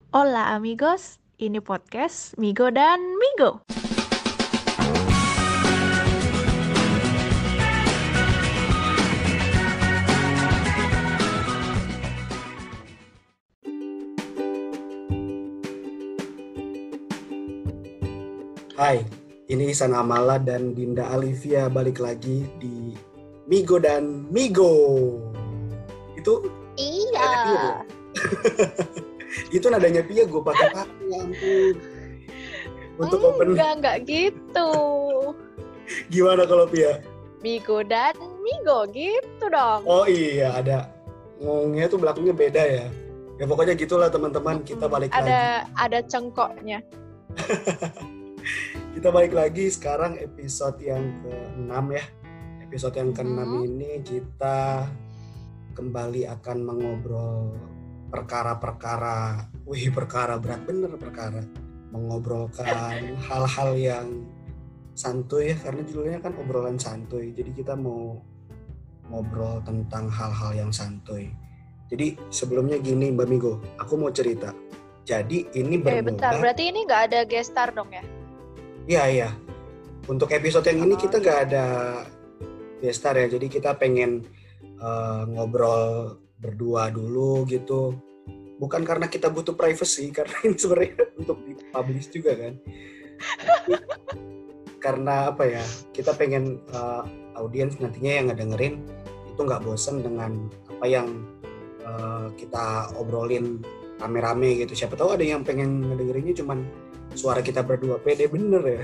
Hola amigos, ini podcast Migo dan Migo. Hai, ini Ihsan Amala dan Dinda Alivia balik lagi di Migo dan Migo. Itu nadanya Pia Iya. belum? Itu nadanya Pia gue pakai pakai ya ampun. Untuk open Enggak gitu. gimana kalau Pia? Migo dan Migo gitu dong. Oh iya ada ngomongnya tuh belakangnya beda ya. Ya pokoknya gitulah teman-teman, kita balik lagi. Ada cengkoknya. Kita balik lagi sekarang episode yang ke-6 ya. Episode yang ke-6 ini kita kembali akan mengobrol perkara-perkara. Perkara berat bener perkara. Mengobrolkan hal-hal yang santuy ya, karena judulnya kan obrolan santuy. Jadi kita mau ngobrol tentang hal-hal yang santuy. Jadi sebelumnya gini Mbak Migo, aku mau cerita. Jadi ini bermula. Bentar, berarti ini nggak ada guest star dong ya? Iya. Untuk episode yang ini kita nggak ada guest star ya. Jadi kita pengen ngobrol berdua dulu gitu. Bukan karena kita butuh privacy, karena ini sebenarnya untuk dipublish juga kan. Karena apa ya? Kita pengen audiens nantinya yang ngedengerin itu nggak bosen dengan apa yang kita obrolin rame-rame gitu. Siapa tahu ada yang pengen ngedengerinnya cuman suara kita berdua. Pede bener ya.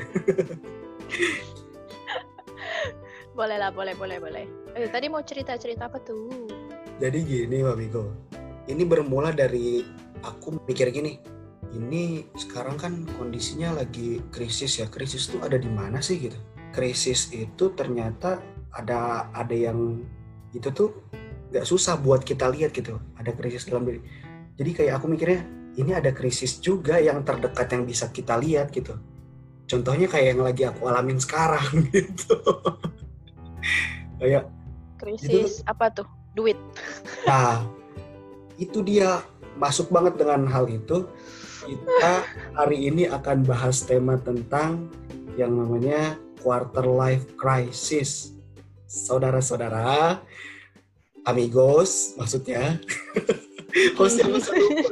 Boleh lah, boleh. Tadi mau cerita apa tuh? Jadi gini Mbak Migo, ini bermula dari aku mikir gini, ini sekarang kan kondisinya lagi krisis ya, krisis tuh ada di mana sih gitu. Krisis itu ternyata ada yang itu tuh gak susah buat kita lihat gitu, ada krisis dalam diri. Jadi kayak aku mikirnya, ini ada krisis juga yang terdekat yang bisa kita lihat gitu. Contohnya kayak yang lagi aku alamin sekarang gitu. Kayak Krisis itu, apa tuh? Duit. nah itu dia masuk banget dengan hal itu. Kita hari ini akan bahas tema tentang yang namanya quarter life crisis. Saudara-saudara, amigos maksudnya. Hostnya masa lupa.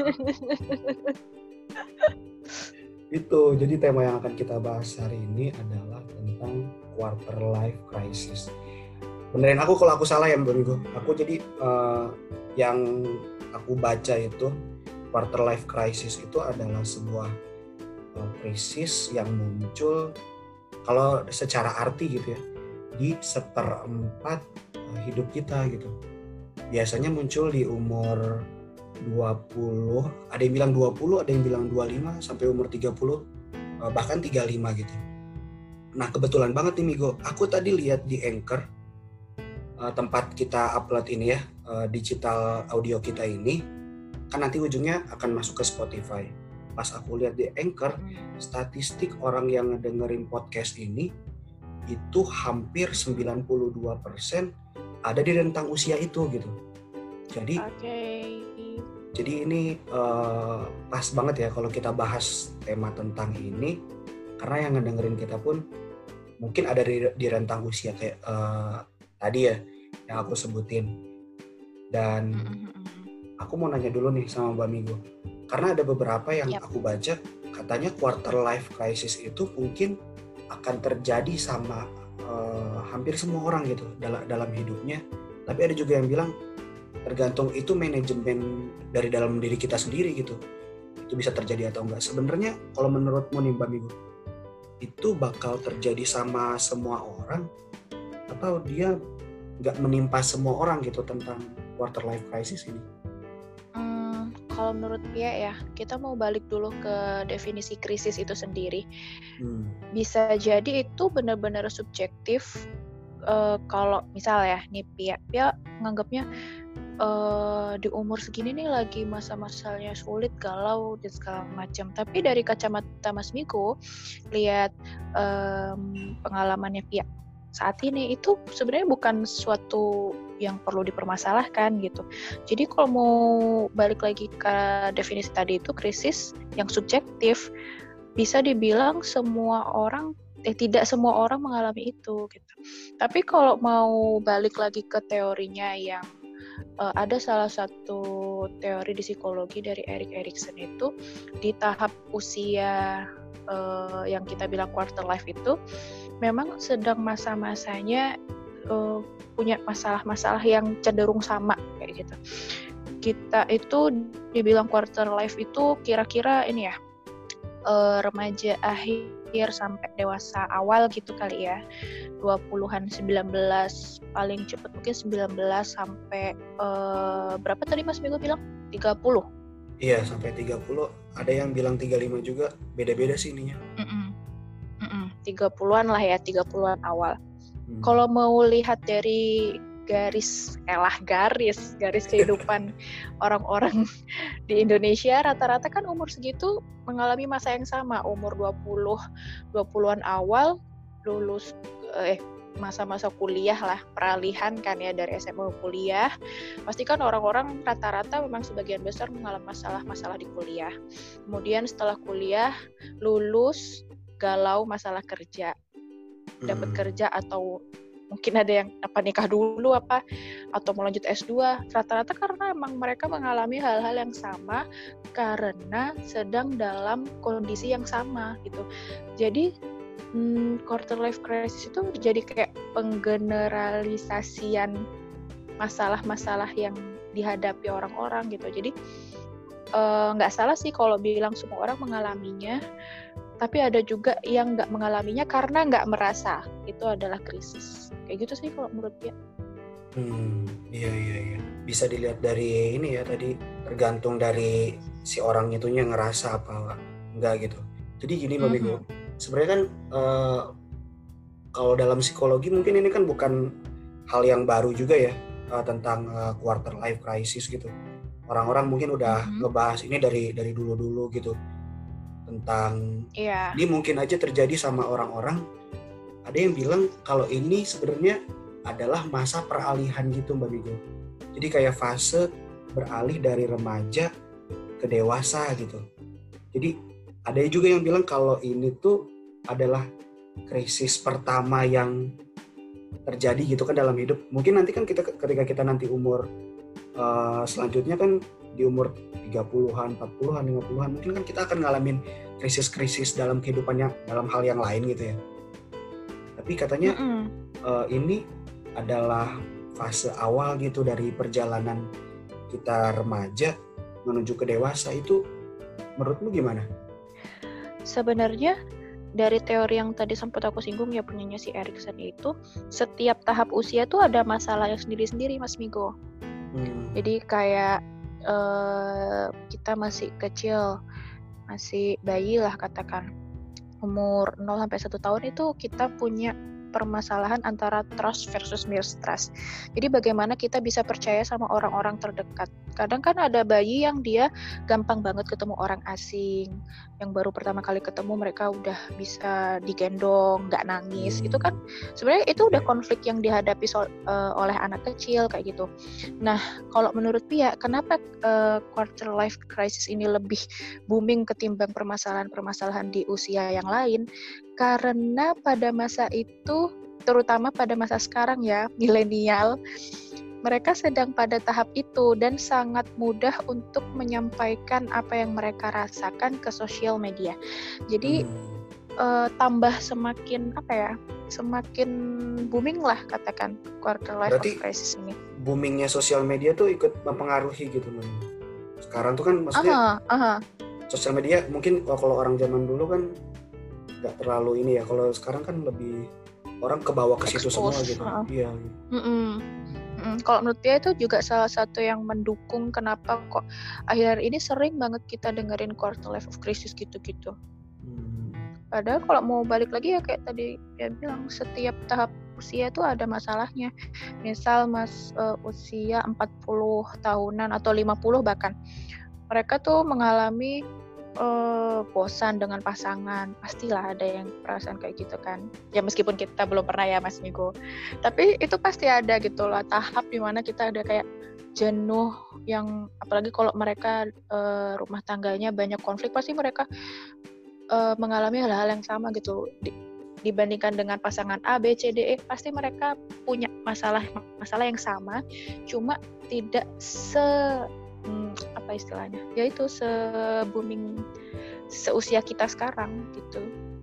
Itu, jadi tema yang akan kita bahas hari ini adalah tentang quarter life crisis. Benerin aku kalau aku salah ya Mbak Migo. Aku jadi yang aku baca itu quarter life crisis itu adalah sebuah krisis yang muncul kalau secara arti gitu ya di seperempat hidup kita gitu. Biasanya muncul di umur 20, ada yang bilang 20, ada yang bilang 25 sampai umur 30, bahkan 35 gitu. Nah, kebetulan banget nih Migo, aku tadi lihat di Anchor, tempat kita upload ini ya, digital audio kita ini, kan nanti ujungnya akan masuk ke Spotify. Pas aku lihat di Anchor, statistik orang yang ngedengerin podcast ini itu hampir 92% ada di rentang usia itu gitu. Jadi ini pas banget ya kalau kita bahas tema tentang ini, karena yang ngedengerin kita pun mungkin ada di rentang usia kayak tadi ya yang aku sebutin. Dan aku mau nanya dulu nih sama Mbak Migo, karena ada beberapa yang aku baca katanya quarter life crisis itu mungkin akan terjadi sama hampir semua orang gitu dalam hidupnya. Tapi ada juga yang bilang tergantung itu manajemen dari dalam diri kita sendiri gitu, itu bisa terjadi atau enggak. Sebenarnya kalau menurutmu nih Mbak Migo, itu bakal terjadi sama semua orang atau dia nggak menimpa semua orang gitu tentang quarter life crisis ini? Kalau menurut Pia ya, kita mau balik dulu ke definisi krisis itu sendiri. Bisa jadi itu benar-benar subjektif. Kalau misal ya nih Pia nganggapnya di umur segini nih lagi masa-masanya sulit, galau dan segala macam. Tapi dari kacamata Mas Miko, lihat pengalamannya Pia saat ini itu sebenarnya bukan suatu yang perlu dipermasalahkan gitu. Jadi kalau mau balik lagi ke definisi tadi itu, krisis yang subjektif bisa dibilang tidak semua orang mengalami itu gitu. Tapi kalau mau balik lagi ke teorinya yang ada salah satu teori di psikologi dari Erik Erikson itu, di tahap usia yang kita bilang quarter life itu memang sedang masa-masanya punya masalah-masalah yang cenderung sama kayak gitu. Kita itu dibilang quarter life itu kira-kira ini ya, remaja akhir sampai dewasa awal gitu kali ya. 20-an 19, paling cepat mungkin 19 sampai berapa tadi Mas Migo bilang? 30. Iya, sampai 30. Ada yang bilang 35 juga, beda-beda sih ininya. 30-an lah ya, 30-an awal. Kalau mau lihat dari garis kehidupan orang-orang di Indonesia, rata-rata kan umur segitu mengalami masa yang sama, umur 20-an awal, lulus masa-masa kuliah lah, peralihan kan ya dari SMA ke kuliah. Pasti kan orang-orang rata-rata memang sebagian besar mengalami masalah-masalah di kuliah. Kemudian setelah kuliah, lulus, galau masalah kerja. Dapat kerja atau mungkin ada yang nikah dulu atau mau lanjut S2. Rata-rata karena emang mereka mengalami hal-hal yang sama karena sedang dalam kondisi yang sama gitu. Jadi quarter life crisis itu jadi kayak penggeneralisasian masalah-masalah yang dihadapi orang-orang gitu. Jadi nggak salah sih kalau bilang semua orang mengalaminya, tapi ada juga yang nggak mengalaminya karena nggak merasa itu adalah krisis. Kayak gitu sih kalau menurut dia. Iya. Bisa dilihat dari ini ya, tadi tergantung dari si orang itunya ngerasa apa enggak gitu. Jadi gini Mbak Migo, sebenarnya kan kalau dalam psikologi mungkin ini kan bukan hal yang baru juga ya, tentang quarter life crisis gitu. Orang-orang mungkin udah ngebahas ini dari dulu-dulu gitu, tentang ini mungkin aja terjadi sama orang-orang. Ada yang bilang kalau ini sebenarnya adalah masa peralihan gitu Mbak Migo. Jadi kayak fase beralih dari remaja ke dewasa gitu. Jadi ada juga yang bilang kalau ini tuh adalah krisis pertama yang terjadi gitu kan dalam hidup. Mungkin nanti kan ketika kita nanti umur selanjutnya kan di umur 30-an, 40-an, 50-an mungkin kan kita akan ngalamin krisis-krisis dalam kehidupannya dalam hal yang lain gitu ya. Tapi katanya ini adalah fase awal gitu dari perjalanan kita remaja menuju ke dewasa. Itu menurutmu gimana? Sebenarnya dari teori yang tadi sempat aku singgung ya, punyanya si Erikson itu, setiap tahap usia tuh ada masalah yang sendiri-sendiri Mas Migo. Jadi kayak kita masih kecil, masih bayi lah katakan, umur 0 sampai 1 tahun itu kita punya permasalahan antara trust versus mistrust. Jadi bagaimana kita bisa percaya sama orang-orang terdekat. Kadang kan ada bayi yang dia gampang banget ketemu orang asing, yang baru pertama kali ketemu mereka udah bisa digendong, nggak nangis. Itu kan sebenarnya itu udah konflik yang dihadapi oleh anak kecil kayak gitu. Nah, kalau menurut Pia, kenapa quarter life crisis ini lebih booming ketimbang permasalahan-permasalahan di usia yang lain? Karena pada masa itu, terutama pada masa sekarang ya, milenial, mereka sedang pada tahap itu dan sangat mudah untuk menyampaikan apa yang mereka rasakan ke sosial media. Jadi tambah semakin semakin booming lah katakan quarter life crisis ini. Boomingnya sosial media tuh ikut mempengaruhi gitu kan. Sekarang tuh kan maksudnya sosial media mungkin kalau orang zaman dulu kan nggak terlalu ini ya. Kalau sekarang kan lebih orang kebawa ke situ semua gitu. Iya. Kalau menurut dia itu juga salah satu yang mendukung kenapa kok akhir ini sering banget kita dengerin quarter life of crisis gitu-gitu. Padahal kalau mau balik lagi ya kayak tadi dia bilang, setiap tahap usia itu ada masalahnya. Misal usia 40 tahunan atau 50 bahkan, mereka tuh mengalami bosan dengan pasangan, pastilah ada yang perasaan kayak gitu kan. Ya meskipun kita belum pernah ya Mas Migo, tapi itu pasti ada gitu lah tahap dimana kita ada kayak jenuh, yang apalagi kalau mereka rumah tangganya banyak konflik, pasti mereka mengalami hal-hal yang sama gitu. Dibandingkan dengan pasangan A, B, C, D, E, pasti mereka punya masalah yang sama, cuma tidak apa istilahnya, yaitu booming seusia kita sekarang gitu.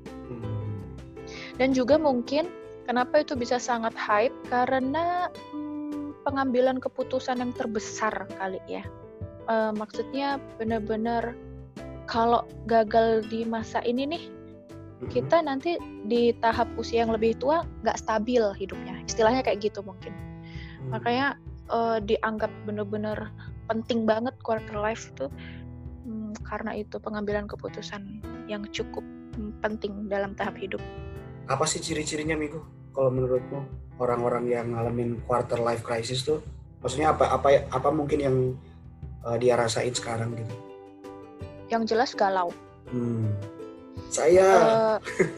Dan juga mungkin kenapa itu bisa sangat hype, karena pengambilan keputusan yang terbesar kali ya. Maksudnya benar-benar kalau gagal di masa ini nih, kita nanti di tahap usia yang lebih tua nggak stabil hidupnya, istilahnya kayak gitu mungkin. Makanya dianggap benar-benar penting banget quarter life itu, karena itu pengambilan keputusan yang cukup penting dalam tahap hidup. Apa sih ciri-cirinya Migo kalau menurutmu orang-orang yang ngalamin quarter life crisis tuh? Maksudnya apa mungkin yang dia rasain sekarang gitu? Yang jelas galau. Saya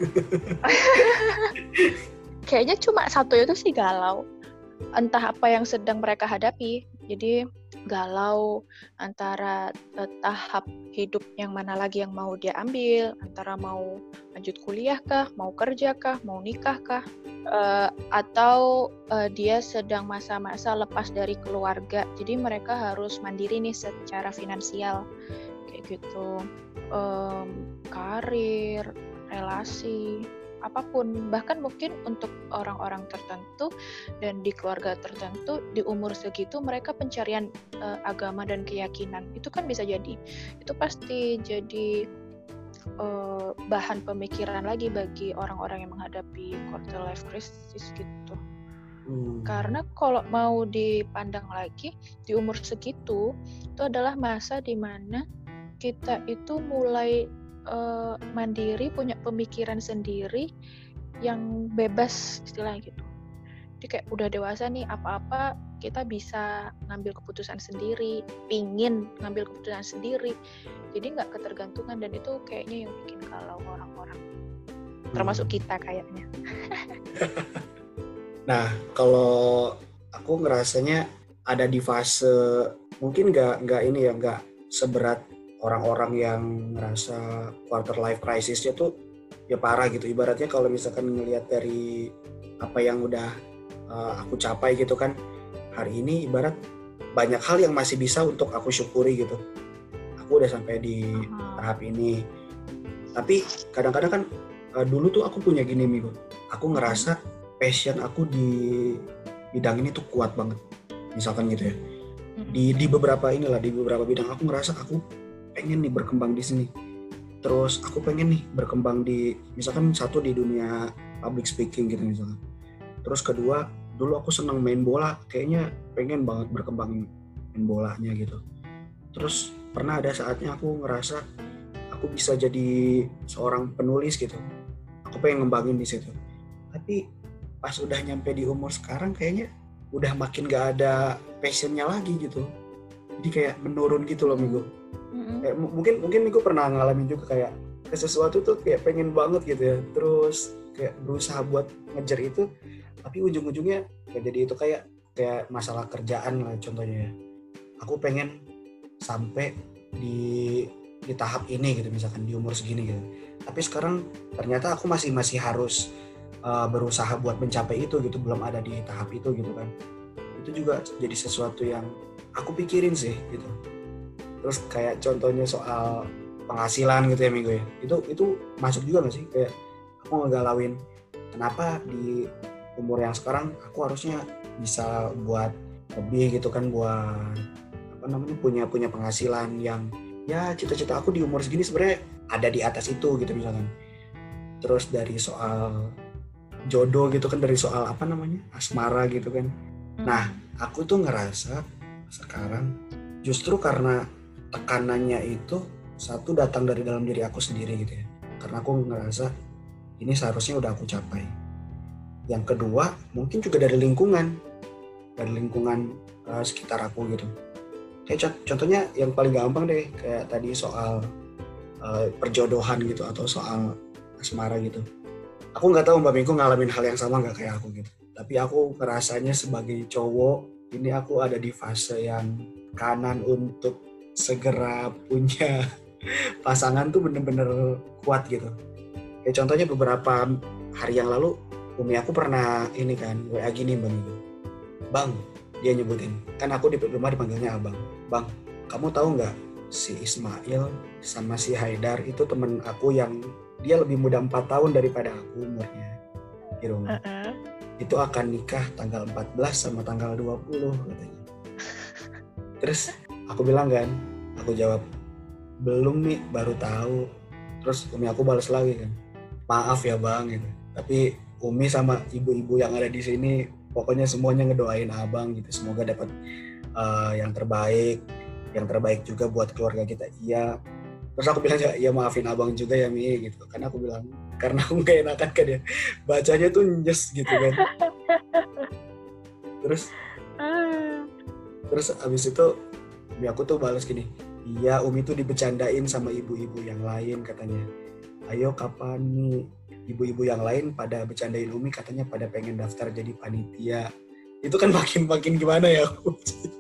kayaknya cuma satu itu sih galau. Entah apa yang sedang mereka hadapi. Jadi galau antara tahap hidup yang mana lagi yang mau dia ambil, antara mau lanjut kuliah kah, mau kerja kah, mau nikah kah, atau dia sedang masa-masa lepas dari keluarga. Jadi mereka harus mandiri nih secara finansial kayak gitu. Karir, relasi, apapun, bahkan mungkin untuk orang-orang tertentu dan di keluarga tertentu di umur segitu mereka pencarian agama dan keyakinan itu kan bisa jadi, itu pasti jadi bahan pemikiran lagi bagi orang-orang yang menghadapi quarter life crisis gitu. Karena kalau mau dipandang lagi di umur segitu itu adalah masa di mana kita itu mulai mandiri, punya pemikiran sendiri yang bebas istilahnya gitu. Jadi kayak udah dewasa nih, apa-apa kita bisa ngambil keputusan sendiri, pingin ngambil keputusan sendiri. Jadi nggak ketergantungan, dan itu kayaknya yang bikin kalau orang-orang, termasuk kita kayaknya. Nah, kalau aku ngerasanya ada di fase mungkin nggak seberat orang-orang yang ngerasa quarter life crisis-nya tuh ya parah gitu. Ibaratnya kalau misalkan ngelihat dari apa yang udah aku capai gitu kan hari ini, ibarat banyak hal yang masih bisa untuk aku syukuri gitu. Aku udah sampai di tahap ini. Tapi kadang-kadang kan dulu tuh aku punya gini Migo. Aku ngerasa passion aku di bidang ini tuh kuat banget. Misalkan gitu ya. Di beberapa bidang aku ngerasa aku pengen nih berkembang di sini. Terus aku pengen nih berkembang di, misalkan satu di dunia public speaking gitu misalkan. Terus kedua, dulu aku senang main bola, kayaknya pengen banget berkembang main bolanya gitu. Terus pernah ada saatnya aku ngerasa aku bisa jadi seorang penulis gitu. Aku pengen ngembangin di situ. Tapi pas udah nyampe di umur sekarang kayaknya udah makin gak ada passionnya lagi gitu. Jadi kayak menurun gitu loh Migo. Kayak mungkin Migo pernah ngalamin juga kayak sesuatu tuh kayak pengen banget gitu ya, terus kayak berusaha buat ngejar itu, tapi ujung-ujungnya kayak jadi itu kayak masalah kerjaan lah contohnya ya. Aku pengen sampai di tahap ini gitu misalkan di umur segini gitu, tapi sekarang ternyata aku masih harus berusaha buat mencapai itu gitu, belum ada di tahap itu gitu kan. Itu juga jadi sesuatu yang aku pikirin sih gitu. Terus kayak contohnya soal penghasilan gitu ya Migo ya, itu masuk juga nggak sih, kayak aku ngegalauin kenapa di umur yang sekarang aku harusnya bisa buat lebih gitu kan, buat punya penghasilan yang ya cita-cita aku di umur segini sebenarnya ada di atas itu gitu misalkan. Terus dari soal jodoh gitu kan, dari soal asmara gitu kan. Nah aku tuh ngerasa sekarang justru karena tekanannya itu satu datang dari dalam diri aku sendiri gitu ya, karena aku ngerasa ini seharusnya udah aku capai. Yang kedua mungkin juga dari lingkungan sekitar aku gitu. Kayak contohnya yang paling gampang deh, kayak tadi soal perjodohan gitu atau soal asmara gitu. Aku nggak tahu Mbak Minggu ngalamin hal yang sama nggak kayak aku gitu. Tapi aku ngerasanya sebagai cowok, ini aku ada di fase yang kanan untuk segera punya pasangan tuh bener-bener kuat gitu. Kayak contohnya beberapa hari yang lalu, umi aku pernah ini kan, WA gini Mbak Minggu. Bang, dia nyebutin, kan aku di rumah dipanggilnya abang. Bang, kamu tahu nggak si Ismail sama si Haidar itu temen aku yang dia lebih muda 4 tahun daripada aku umurnya di rumah. Itu akan nikah tanggal 14 sama tanggal 20 katanya. Terus aku bilang kan, aku jawab, belum nih, baru tahu. Terus umi aku balas lagi kan, maaf ya bang gitu. Tapi umi sama ibu-ibu yang ada di sini pokoknya semuanya ngedoain abang gitu, semoga dapat yang terbaik juga buat keluarga kita. Iya. Terus aku bilang ya maafin abang juga ya Mi gitu. Karena aku bilang karena aku gak enakan kan ya, bacanya tuh nyes gitu kan. Terus abis itu Umi aku tuh balas gini, iya Umi tuh dibecandain sama ibu-ibu yang lain katanya. Ayo kapan nih ibu-ibu yang lain pada bercandain Umi katanya pada pengen daftar jadi panitia. Itu kan makin gimana ya aku.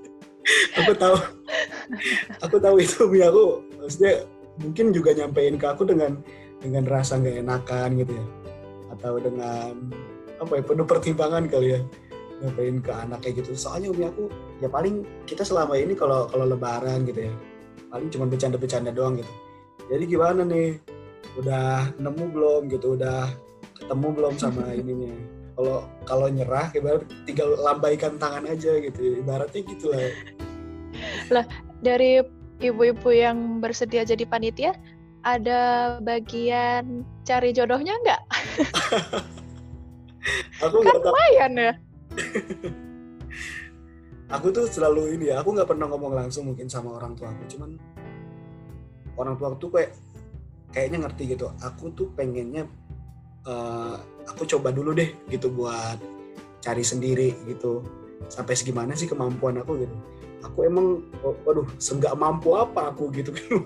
Aku tahu itu Umi aku maksudnya mungkin juga nyampein ke aku dengan rasa nggak enakan gitu ya, atau dengan apa ya, penuh pertimbangan kali ya nyampein ke anak kayak gitu. Soalnya umi aku ya paling kita selama ini kalau lebaran gitu ya paling cuma bercanda doang gitu. Jadi gimana nih, udah nemu belum gitu, udah ketemu belum sama ininya. Kalau nyerah ibarat tinggal lambaikan tangan aja gitu, ibaratnya gitu lah. Lah, dari ibu-ibu yang bersedia jadi panitia, ada bagian cari jodohnya nggak? Aku kan lumayan ya. Aku tuh selalu ini ya, aku nggak pernah ngomong langsung mungkin sama orang tua aku, cuman orang tua aku tuh kayaknya ngerti gitu. Aku tuh pengennya aku coba dulu deh gitu buat cari sendiri gitu, sampai segimana sih kemampuan aku gitu. Aku emang, waduh, senggak mampu apa aku gitu kan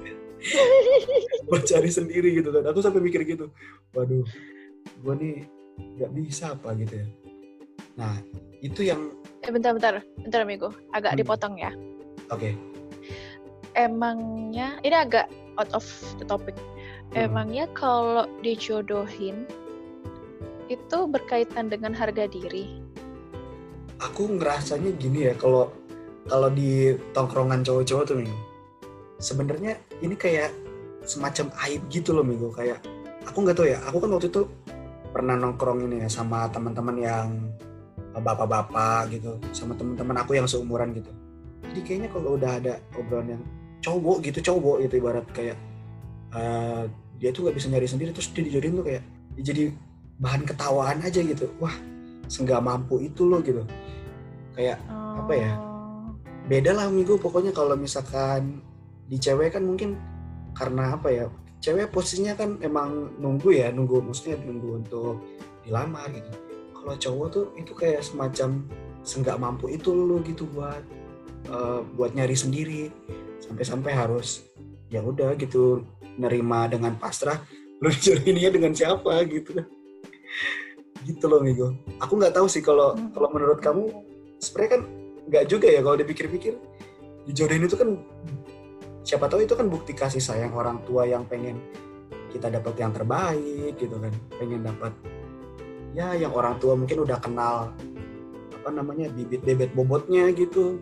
buat cari sendiri gitu kan. Aku sampai mikir gitu, waduh, gue nih nggak bisa apa gitu ya. Nah, itu yang... Bentar amigo, agak dipotong ya. Oke. Emangnya, ini agak out of the topic. Emangnya kalau dijodohin, itu berkaitan dengan harga diri? Aku ngerasanya gini ya, kalau di tongkrongan cowok-cowok tuh nih, sebenarnya ini kayak semacam aib gitu loh Migo. Kayak aku nggak tahu ya, aku kan waktu itu pernah nongkrong ini ya sama teman-teman yang bapak-bapak gitu, sama teman-teman aku yang seumuran gitu. Jadi kayaknya kalau udah ada obrolan yang cowok gitu ibarat kayak dia tuh nggak bisa nyari sendiri, terus dia dijodohin tuh kayak jadi bahan ketawaan aja gitu. Wah, senggak mampu itu loh gitu. Kayak apa ya? Beda lah Migo, pokoknya kalau misalkan di cewek kan mungkin karena apa ya, cewek posisinya kan emang nunggu maksudnya nunggu untuk dilamar gitu. Kalau cowok tuh itu kayak semacam senggak mampu itu lo gitu buat nyari sendiri, sampai harus ya udah gitu nerima dengan pasrah, lo dijodohinnya dengan siapa gitu loh Migo. Aku nggak tahu sih kalau menurut kamu, sebenarnya kan nggak juga ya kalau dipikir-pikir, dijodohin itu kan siapa tahu itu kan bukti kasih sayang orang tua yang pengen kita dapat yang terbaik gitu kan, pengen dapat ya yang orang tua mungkin udah kenal apa namanya bibit bobotnya gitu.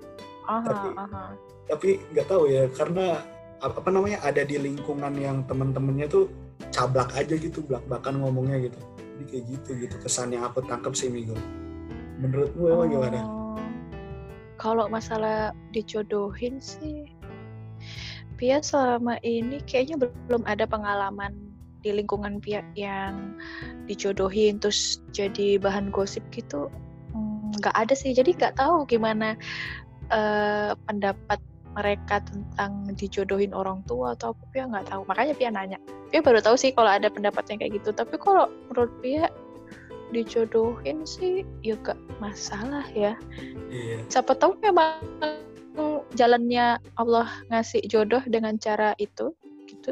Tapi nggak tahu ya, karena apa namanya ada di lingkungan yang teman-temannya tuh cablak aja gitu, blak-blakan ngomongnya gitu. Jadi kayak gitu kesan yang aku tangkap sih Migo. Menurutmu emang gimana? Kalau masalah dijodohin sih, Pia selama ini kayaknya belum ada pengalaman di lingkungan Pia yang dijodohin terus jadi bahan gosip gitu. Nggak ada sih, jadi nggak tahu gimana pendapat mereka tentang dijodohin orang tua atau apa. Pia nggak tahu, makanya Pia nanya. Pia baru tahu sih kalau ada pendapatnya kayak gitu. Tapi kalau menurut Pia dijodohin sih ya gak masalah ya. Iya. Siapa tahu memang jalannya Allah ngasih jodoh dengan cara itu gitu.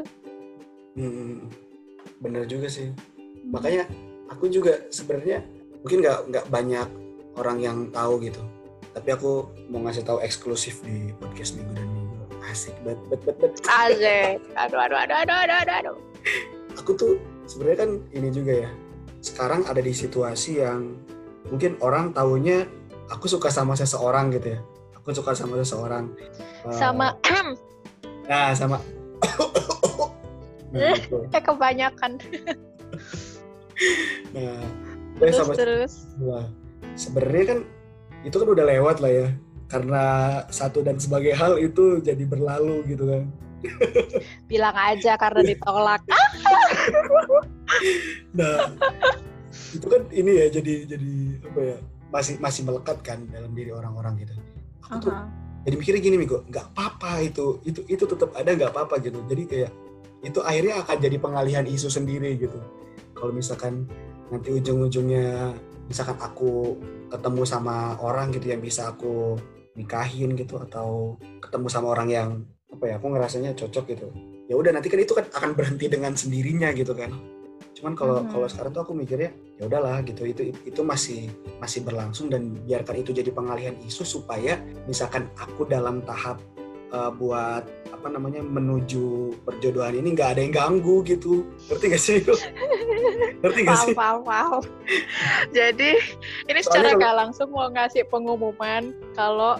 Bener juga sih. Makanya aku juga sebenarnya mungkin nggak banyak orang yang tahu gitu. Tapi aku mau ngasih tahu eksklusif di podcast Minggu dan Minggu. Asik bet. Asik. Aduh. Aku tuh sebenarnya kan ini juga ya. Sekarang ada di situasi yang mungkin orang taunya aku suka sama seseorang gitu ya. Aku suka sama seseorang. Sama. Nah, sama. Nah, gitu. Kebanyakan. Nah, terus. Nah, sebenarnya kan itu kan udah lewat lah ya. Karena satu dan sebagai hal itu jadi berlalu gitu kan. Bilang aja karena ditolak. Nah, itu kan ini ya jadi apa ya? Masih melekat kan dalam diri orang-orang gitu. Aku tuh jadi mikirnya gini Miko, nggak apa-apa itu tetap ada, nggak apa-apa gitu. Jadi kayak itu akhirnya akan jadi pengalihan isu sendiri gitu. Kalau misalkan nanti ujung-ujungnya misalkan aku ketemu sama orang gitu yang bisa aku nikahin gitu, atau ketemu sama orang yang apa ya, aku ngerasanya cocok gitu, ya udah nanti kan itu kan akan berhenti dengan sendirinya gitu kan. Cuman kalau sekarang tuh aku mikirnya ya udahlah gitu, itu masih berlangsung, dan biarkan itu jadi pengalihan isu supaya misalkan aku dalam tahap buat apa namanya menuju perjodohan ini nggak ada yang ganggu gitu. Ngerti gak sih? Ngerti gak sih? Paham. Jadi ini secara nggak langsung mau ngasih pengumuman kalau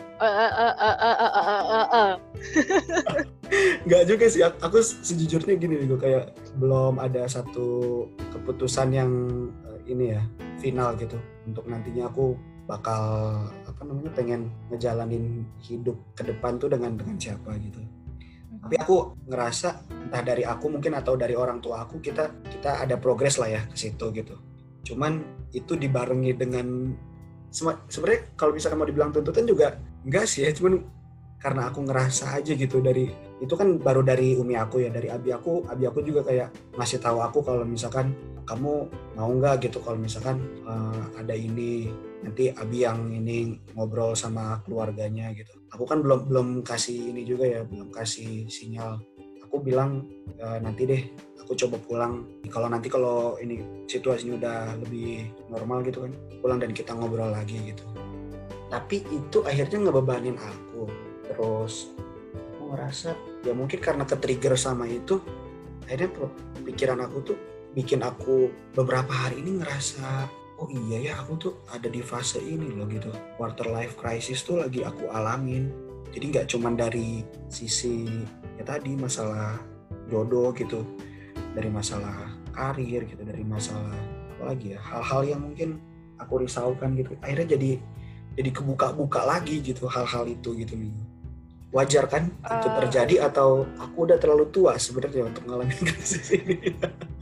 Nggak juga sih, aku sejujurnya gini gue kayak belum ada satu keputusan yang ini ya final gitu untuk nantinya aku bakal apa namanya pengen ngejalanin hidup ke depan tuh dengan siapa gitu. Tapi aku ngerasa entah dari aku mungkin atau dari orang tua aku, kita ada progres lah ya ke situ gitu. Cuman itu dibarengi dengan sebenarnya kalau misalkan mau dibilang tuntutan juga enggak sih ya, cuman karena aku ngerasa aja gitu, dari itu kan baru dari umi aku ya, dari abi aku juga kayak ngasih tahu aku kalau misalkan kamu mau nggak gitu kalau misalkan ada ini, nanti abi yang ini ngobrol sama keluarganya gitu. Aku kan belum kasih ini juga ya, belum kasih sinyal. Aku bilang nanti deh aku coba pulang, kalau ini situasinya udah lebih normal gitu kan, pulang dan kita ngobrol lagi gitu. Tapi itu akhirnya ngebebanin aku. Terus aku ngerasa ya mungkin karena ke-trigger sama itu, akhirnya pikiran aku tuh bikin aku beberapa hari ini ngerasa oh iya ya, aku tuh ada di fase ini loh gitu. Quarter life crisis tuh lagi aku alamin. Jadi gak cuman dari sisi ya tadi masalah jodoh gitu, dari masalah karir gitu, dari masalah apa lagi ya, hal-hal yang mungkin aku risaukan gitu. Akhirnya jadi kebuka-buka lagi gitu hal-hal itu gitu nih. Wajar kan itu terjadi, atau aku udah terlalu tua sebenarnya untuk ngalamin krisis ini?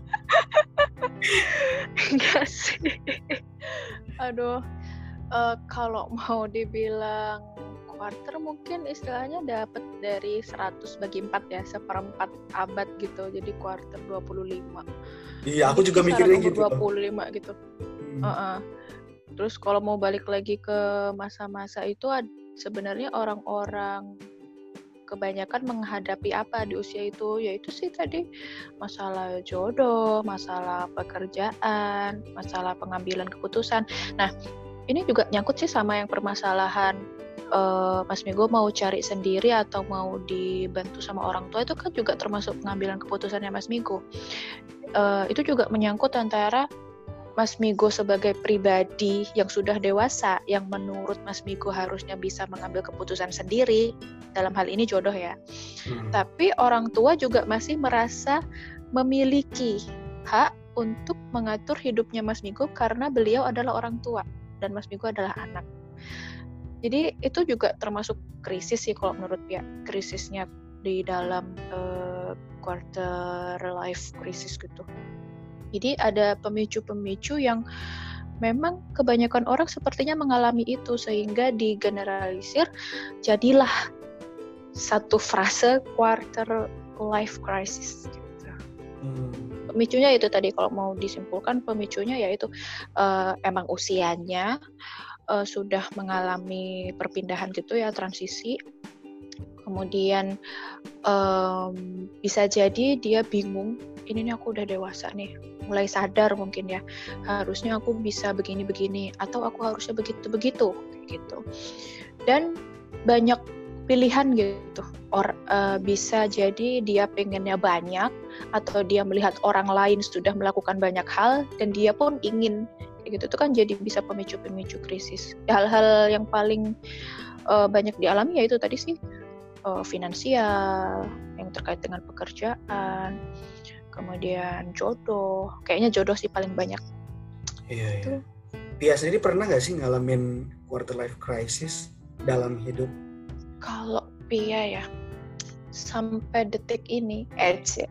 Enggak sih. Aduh, kalau mau dibilang quarter mungkin istilahnya dapat dari 100 bagi 4 ya, 1/4 abad gitu. Jadi quarter 25. Iya, aku juga mikirnya gitu. 25 gitu. Terus kalau mau balik lagi ke masa-masa itu, sebenarnya orang-orang kebanyakan menghadapi apa di usia itu, yaitu sih tadi masalah jodoh, masalah pekerjaan, masalah pengambilan keputusan. Nah, ini juga nyangkut sih sama yang permasalahan Mas Migo mau cari sendiri atau mau dibantu sama orang tua, itu kan juga termasuk pengambilan keputusannya Mas Migo. Itu juga menyangkut antara Mas Migo sebagai pribadi yang sudah dewasa, yang menurut Mas Migo harusnya bisa mengambil keputusan sendiri, dalam hal ini jodoh ya. Tapi orang tua juga masih merasa memiliki hak untuk mengatur hidupnya Mas Migo karena beliau adalah orang tua dan Mas Migo adalah anak. Jadi itu juga termasuk krisis sih kalau menurut ya, krisisnya di dalam quarter life crisis gitu. Jadi ada pemicu-pemicu yang memang kebanyakan orang sepertinya mengalami itu, sehingga digeneralisir jadilah satu frase quarter life crisis gitu. Pemicunya itu tadi kalau mau disimpulkan, pemicunya yaitu emang usianya sudah mengalami perpindahan gitu ya, transisi. kemudian bisa jadi dia bingung, ini nih aku udah dewasa nih, mulai sadar mungkin ya, harusnya aku bisa begini-begini atau aku harusnya begitu-begitu gitu. Dan banyak pilihan gitu. Bisa jadi dia pengennya banyak, atau dia melihat orang lain sudah melakukan banyak hal dan dia pun ingin gitu. Itu kan jadi bisa pemicu-pemicu krisis. Hal-hal yang paling banyak dialami yaitu tadi sih finansial, yang terkait dengan pekerjaan, kemudian jodoh. Kayaknya jodoh sih paling banyak. Iya. Pia sendiri pernah nggak sih ngalamin quarter life crisis dalam hidup? Kalau Pia ya, sampai detik ini, ya.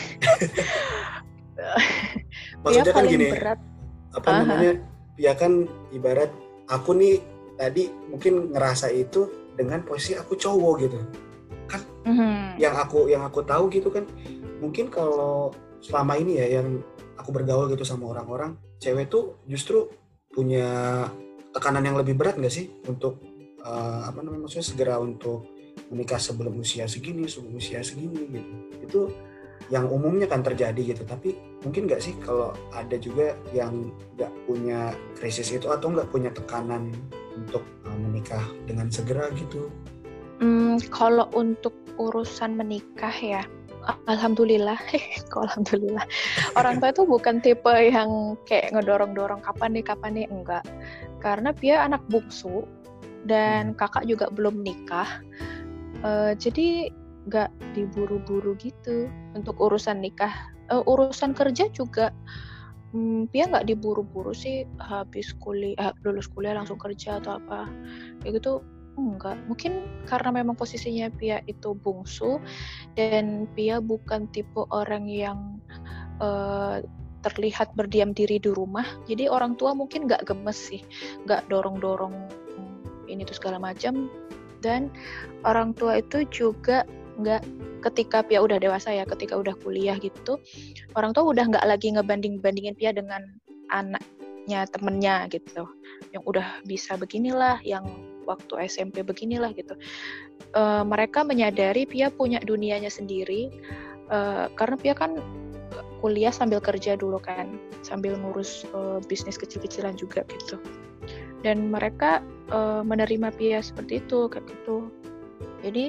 Maksudnya kan gini, berat. namanya, Pia kan ibarat aku nih tadi mungkin ngerasa itu dengan posisi aku cowok gitu kan. Yang aku tahu gitu kan, mungkin kalau selama ini ya yang aku bergaul gitu sama orang-orang, cewek tuh justru punya tekanan yang lebih berat nggak sih untuk maksudnya segera untuk menikah sebelum usia segini gitu. Itu yang umumnya kan terjadi gitu. Tapi mungkin nggak sih kalau ada juga yang nggak punya krisis itu atau nggak punya tekanan untuk menikah dengan segera gitu? Kalau untuk urusan menikah ya, alhamdulillah, alhamdulillah. Orang tua itu bukan tipe yang kayak ngedorong-dorong kapan nih, enggak. Karena Pia anak bungsu dan kakak juga belum nikah, jadi nggak diburu-buru gitu untuk urusan nikah. Urusan kerja juga Pia nggak diburu-buru sih, habis lulus kuliah langsung kerja atau apa kayak gitu. Enggak, mungkin karena memang posisinya Pia itu bungsu dan Pia bukan tipe orang yang terlihat berdiam diri di rumah, jadi orang tua mungkin nggak gemes sih, nggak dorong-dorong ini tuh segala macam. Dan orang tua itu juga nggak, ketika Pia udah dewasa ya, ketika udah kuliah gitu, orang tua udah nggak lagi ngebandingin Pia dengan anaknya temennya gitu, yang udah bisa beginilah, yang waktu SMP beginilah gitu. Mereka menyadari Pia punya dunianya sendiri, karena Pia kan kuliah sambil kerja dulu kan, sambil ngurus bisnis kecil-kecilan juga gitu. Dan mereka menerima Pia seperti itu, kayak gitu. Jadi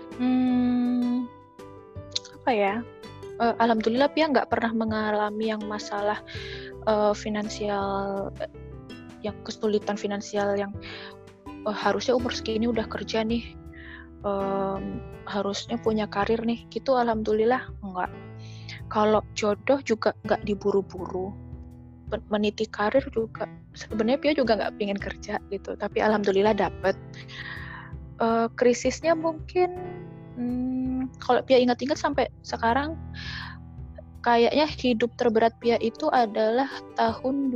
alhamdulillah Pia nggak pernah mengalami yang masalah finansial, yang kesulitan finansial yang harusnya umur segini udah kerja nih, harusnya punya karir nih gitu. Alhamdulillah enggak. Kalau jodoh juga nggak diburu-buru, meniti karir juga sebenarnya Pia juga nggak pengen kerja gitu, tapi alhamdulillah dapet. Krisisnya mungkin kalau Pia ingat-ingat sampai sekarang, kayaknya hidup terberat Pia itu adalah tahun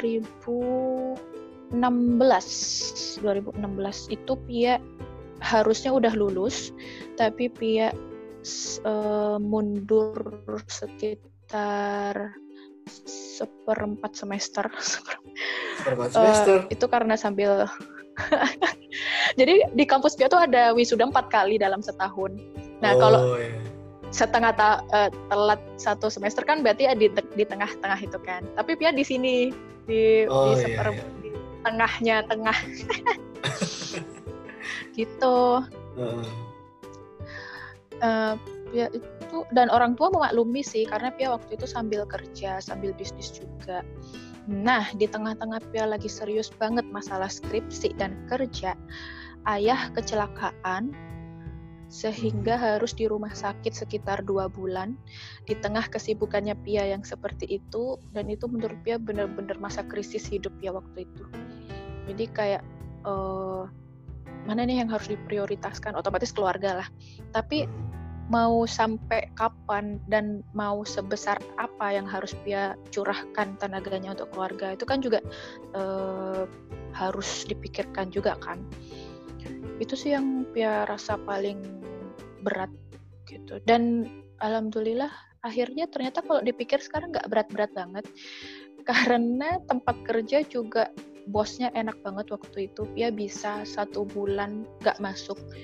2016 itu Pia harusnya udah lulus, tapi Pia mundur sekitar seperempat semester. Itu karena sambil jadi di kampus Pia tuh ada wisuda 4 kali dalam setahun. Nah kalau setengah telat satu semester kan berarti di tengah-tengah itu kan. Tapi Pia di sini di tengah gitu. Pia itu, dan orang tua memaklumi sih, karena Pia waktu itu sambil kerja, sambil bisnis juga. Nah, di tengah-tengah Pia lagi serius banget masalah skripsi dan kerja, ayah kecelakaan sehingga harus di rumah sakit sekitar 2 bulan di tengah kesibukannya Pia yang seperti itu. Dan itu menurut Pia benar-benar masa krisis hidup Pia waktu itu. Jadi kayak mana nih yang harus diprioritaskan? Otomatis keluarga lah. Tapi mau sampai kapan dan mau sebesar apa yang harus Pia curahkan tenaganya untuk keluarga, itu kan juga harus dipikirkan juga kan. Itu sih yang Pia rasa paling berat gitu. Dan alhamdulillah akhirnya ternyata kalau dipikir sekarang nggak berat-berat banget, karena tempat kerja juga bosnya enak banget waktu itu. Pia bisa 1 bulan nggak masuk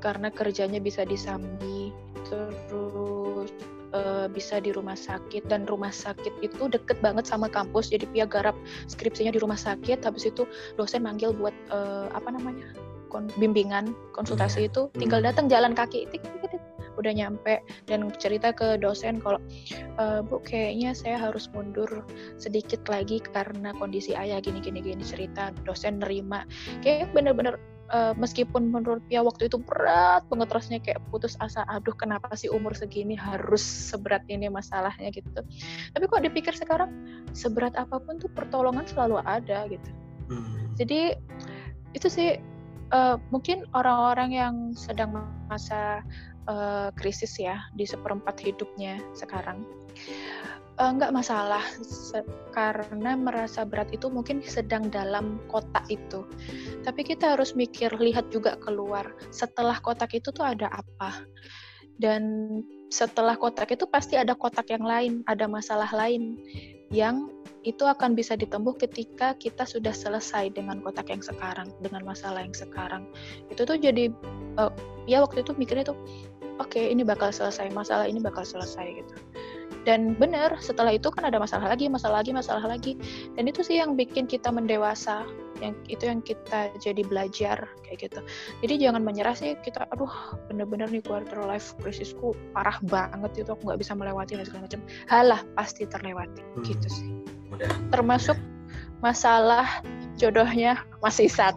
karena kerjanya bisa di Sambi, terus bisa di rumah sakit, dan rumah sakit itu deket banget sama kampus, jadi Pia garap skripsinya di rumah sakit. Habis itu dosen manggil buat bimbingan konsultasi itu tinggal datang jalan kaki, udah nyampe, dan cerita ke dosen kalau Bu kayaknya saya harus mundur sedikit lagi karena kondisi ayah gini cerita. Dosen nerima, kayak bener-bener meskipun menurut Pia waktu itu berat banget, rasanya kayak putus asa, aduh kenapa sih umur segini harus seberat ini masalahnya gitu. Tapi kok dipikir sekarang, seberat apapun tuh pertolongan selalu ada gitu. Jadi itu sih mungkin orang-orang yang sedang masa krisis ya di seperempat hidupnya sekarang, nggak masalah karena merasa berat itu mungkin sedang dalam kotak itu. Tapi kita harus mikir, lihat juga keluar. Setelah kotak itu tuh ada apa? Dan setelah kotak itu pasti ada kotak yang lain, ada masalah lain yang itu akan bisa ditembus ketika kita sudah selesai dengan kotak yang sekarang, dengan masalah yang sekarang. Itu tuh jadi ya waktu itu mikirnya tuh oke, ini bakal selesai, masalah ini bakal selesai gitu. Dan benar, setelah itu kan ada masalah lagi. Dan itu sih yang bikin kita mendewasa, yang kita jadi belajar kayak gitu. Jadi jangan menyerah sih, kita aduh bener-bener nih quarter life crisisku parah banget itu, aku nggak bisa melewati dan segala macam. Halah, pasti terlewati gitu sih. Termasuk masalah jodohnya Mas Isat.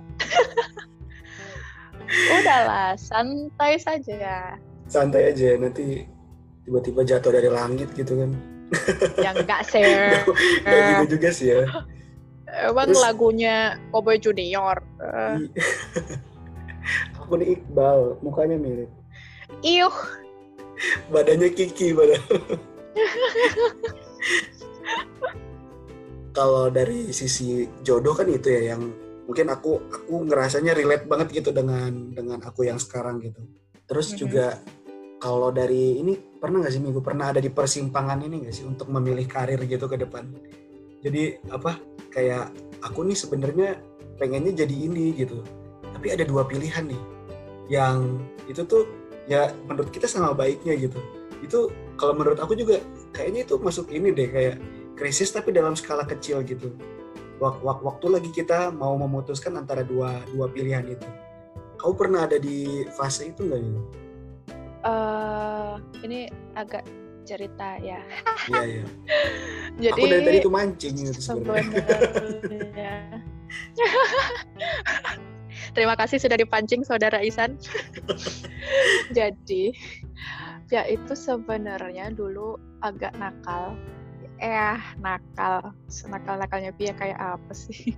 Udahlah, santai saja. Santai aja, nanti tiba-tiba jatuh dari langit gitu kan. Ya enggak share. Gak gitu juga sih ya. Emang terus, lagunya Cowboy Junior. Aku nih Iqbal, mukanya mirip. Iuh. Badannya Kiki padahal. Kalau dari sisi jodoh kan itu ya yang mungkin aku ngerasanya relate banget gitu dengan aku yang sekarang gitu. Terus juga kalau dari ini pernah nggak sih Minggu pernah ada di persimpangan ini nggak sih untuk memilih karir gitu ke depan? Jadi kayak aku nih sebenarnya pengennya jadi ini gitu, tapi ada dua pilihan nih, yang itu tuh ya menurut kita sama baiknya gitu. Itu kalau menurut aku juga kayaknya itu masuk ini deh, kayak krisis tapi dalam skala kecil gitu. Waktu lagi kita mau memutuskan antara dua pilihan itu. Kau pernah ada di fase itu nggak ya? Ini agak cerita ya. Iya. Jadi aku dari tadi itu mancing gitu sebenarnya. Terima kasih sudah dipancing Saudara Isan. Jadi ya itu sebenarnya dulu agak nakal. Nakal-nakalnya Pia kayak apa sih?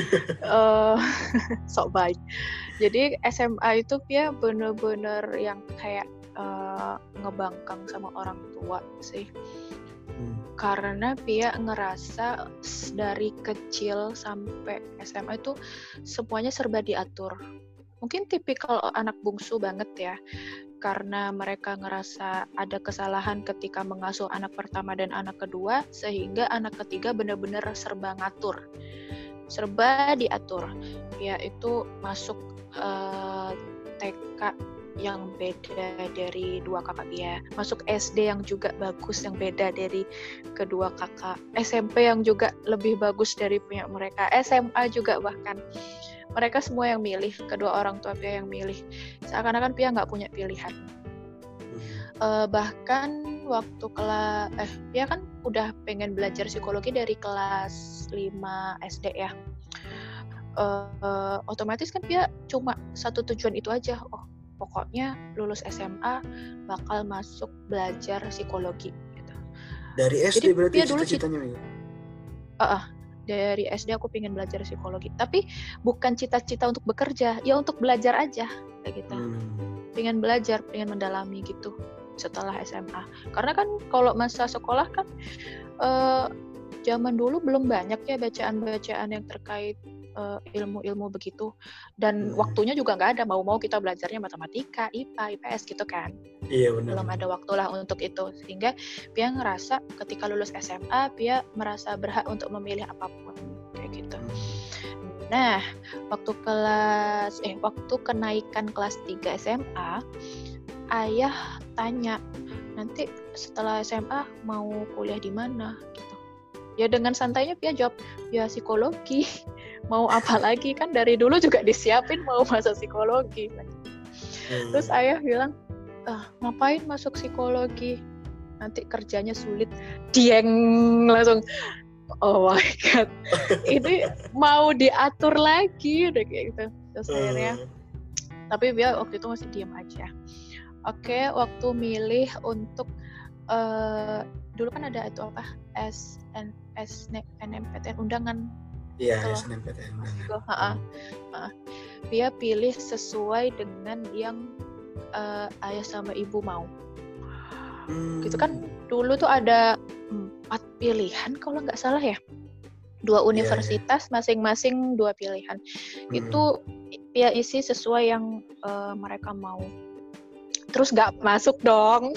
Sok baik. Jadi SMA itu Pia bener-bener yang kayak ngebangkang sama orang tua sih. Karena Pia ngerasa dari kecil sampai SMA itu semuanya serba diatur. Mungkin tipikal anak bungsu banget ya. Karena mereka ngerasa ada kesalahan ketika mengasuh anak pertama dan anak kedua, sehingga anak ketiga benar-benar serba ngatur, serba diatur. Ya itu masuk TK yang beda dari dua kakak dia, masuk SD yang juga bagus yang beda dari kedua kakak, SMP yang juga lebih bagus dari punya mereka, SMA juga bahkan. Mereka semua yang milih, kedua orang tua Pia yang milih. Seakan-akan Pia nggak punya pilihan. Bahkan waktu Pia kan udah pengen belajar psikologi dari kelas 5 SD ya. Otomatis kan Pia cuma satu tujuan itu aja. Oh, pokoknya lulus SMA bakal masuk belajar psikologi. Gitu. Dari SD. Jadi, berarti cita-citanya? Dari SD aku pengen belajar psikologi, tapi bukan cita-cita untuk bekerja, ya untuk belajar aja kayak gitu. Pengen belajar, pengen mendalami gitu setelah SMA. Karena kan kalau masa sekolah kan zaman dulu belum banyak ya bacaan-bacaan yang terkait ilmu-ilmu begitu, dan waktunya juga nggak ada, mau kita belajarnya matematika, IPA, IPS gitu kan. Iya benar. Belum ada waktulah untuk itu, sehingga Pia ngerasa ketika lulus SMA Pia merasa berhak untuk memilih apapun kayak gitu. Nah, waktu kenaikan kelas 3 SMA, ayah tanya, nanti setelah SMA mau kuliah di mana gitu. Ya dengan santainya Pia jawab, ya psikologi. Mau apa lagi, kan dari dulu juga disiapin mau masuk psikologi. Terus ayah bilang, ngapain masuk psikologi? Nanti kerjanya sulit. Dieng, langsung, oh my god, ini mau diatur lagi udah kayak gitu. Terus akhirnya, tapi dia waktu itu masih diam aja. Oke, waktu milih untuk dulu kan ada itu apa, SNMPTN undangan. Iya, SNMPTN undangan. Dia pilih sesuai dengan yang ayah sama ibu mau. Gitu kan, dulu tuh ada 4 pilihan kalau nggak salah ya. 2 universitas, masing-masing 2 pilihan. Itu Pia isi sesuai yang mereka mau. Terus nggak masuk dong.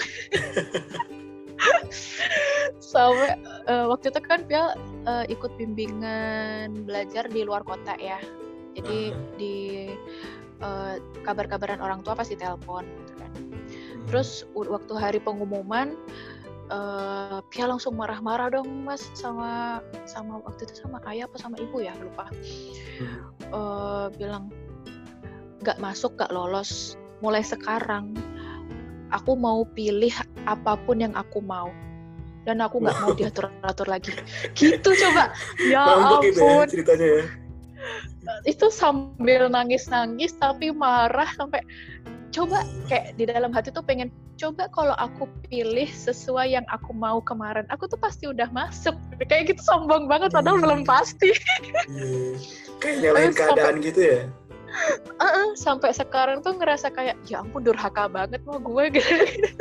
Sampai waktu itu kan Pia ikut bimbingan belajar di luar kota ya. Jadi di kabar-kabaran orang tua pasti telepon gitu kan. Terus waktu hari pengumuman Pia langsung marah-marah dong mas sama waktu itu sama ayah apa sama ibu ya lupa. Bilang nggak masuk, nggak lolos. Mulai sekarang aku mau pilih apapun yang aku mau dan aku nggak mau diatur-atur lagi. Gitu coba. Ya ampun. Gitu ya, ceritanya ya. Itu sambil nangis-nangis tapi marah sampai coba kayak di dalam hati tuh pengen coba kalau aku pilih sesuai yang aku mau kemarin, aku tuh pasti udah masuk. Kayak gitu sombong banget padahal belum pasti. Kayak nyalain keadaan gitu ya. Sampai sekarang tuh ngerasa kayak ya ampun durhaka banget mau gue gitu.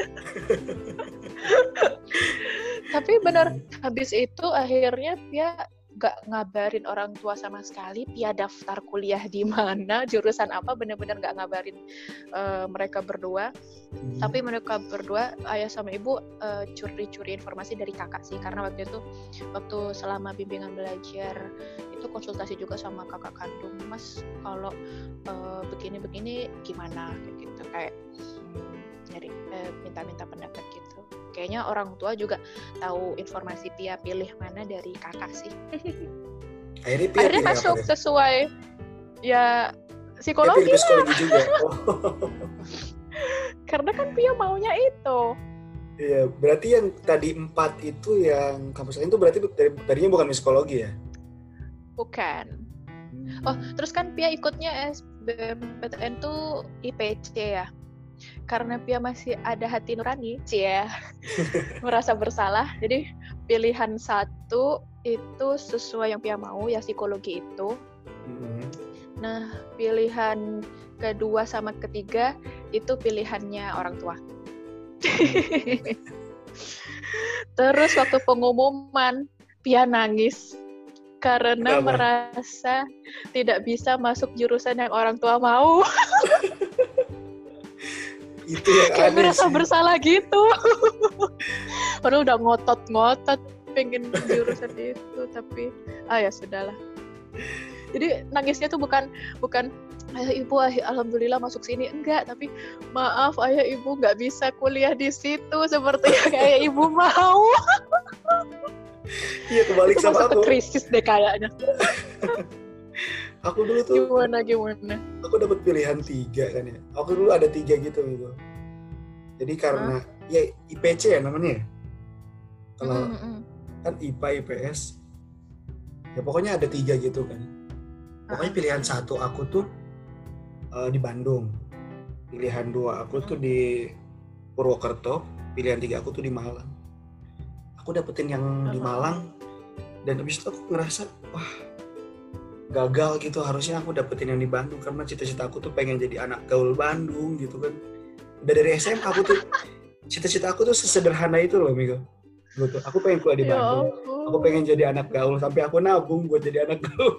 Tapi benar habis itu akhirnya Pia gak ngabarin orang tua sama sekali Pia daftar kuliah di mana, jurusan apa, benar-benar gak ngabarin mereka berdua. Tapi mereka berdua, ayah sama ibu, curi-curi informasi dari kakak sih, karena waktu itu waktu selama bimbingan belajar itu konsultasi juga sama kakak kandung, mas kalau begini-begini gimana gitu, kayak nyari minta-minta pendapat gitu. Kayaknya orang tua juga tahu informasi Pia pilih mana dari kakak sih. Akhirnya masuk sesuai ya psikologi lah. Psikologi juga. Karena kan Pia maunya itu. Iya, berarti yang tadi 4 itu yang kampus lain itu berarti tadinya bukan psikologi ya? Bukan. Oh, terus kan Pia ikutnya SBMPTN tuh IPC ya. Karena Pia masih ada hati nurani, merasa bersalah. Jadi pilihan 1 itu sesuai yang Pia mau, ya psikologi itu. Nah, pilihan kedua sama ketiga itu pilihannya orang tua. Terus waktu pengumuman Pia nangis karena merasa tidak bisa masuk jurusan yang orang tua mau. Itu yang kayak merasa bersalah gitu. Padahal udah ngotot pengen jurusan itu, tapi ya sudahlah. Jadi nangisnya tuh bukan ayah ibu alhamdulillah masuk sini, enggak, tapi maaf ayah ibu nggak bisa kuliah di situ seperti yang ayah ibu mau. Iya, kebalik itu sama aku. Krisis deh kayaknya. Aku dulu tuh gimana? Aku dapat pilihan 3 kan ya. Aku dulu ada 3 gitu. Jadi karena ya IPC ya namanya. Kalau kan IPA, IPS, ya pokoknya ada 3 gitu kan. Pokoknya pilihan 1 aku tuh di Bandung. Pilihan 2 aku tuh di Purwokerto. Pilihan 3 aku tuh di Malang. Aku dapetin yang di Malang. Dan abis itu aku ngerasa, wah gagal gitu, harusnya aku dapetin yang di Bandung karena cita-cita aku tuh pengen jadi anak gaul Bandung gitu kan. Udah dari SMA aku tuh cita-cita aku tuh sesederhana itu loh Migo. Aku pengen kuliah di Bandung, aku pengen jadi anak gaul sampai aku nabung buat jadi anak gaul.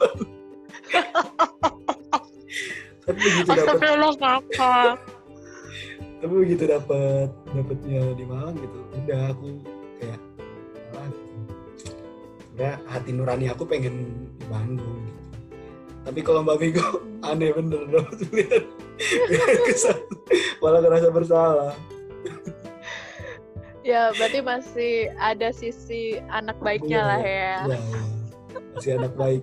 Tapi begitu dapetnya di Malang gitu, udah aku kayak udah hati nurani aku pengen di Bandung gitu. Tapi kalau Mbak Migo aneh bener dong lihat kesan malah ngerasa bersalah. Ya berarti masih ada sisi anak baiknya lah ya. Ya, masih anak baik.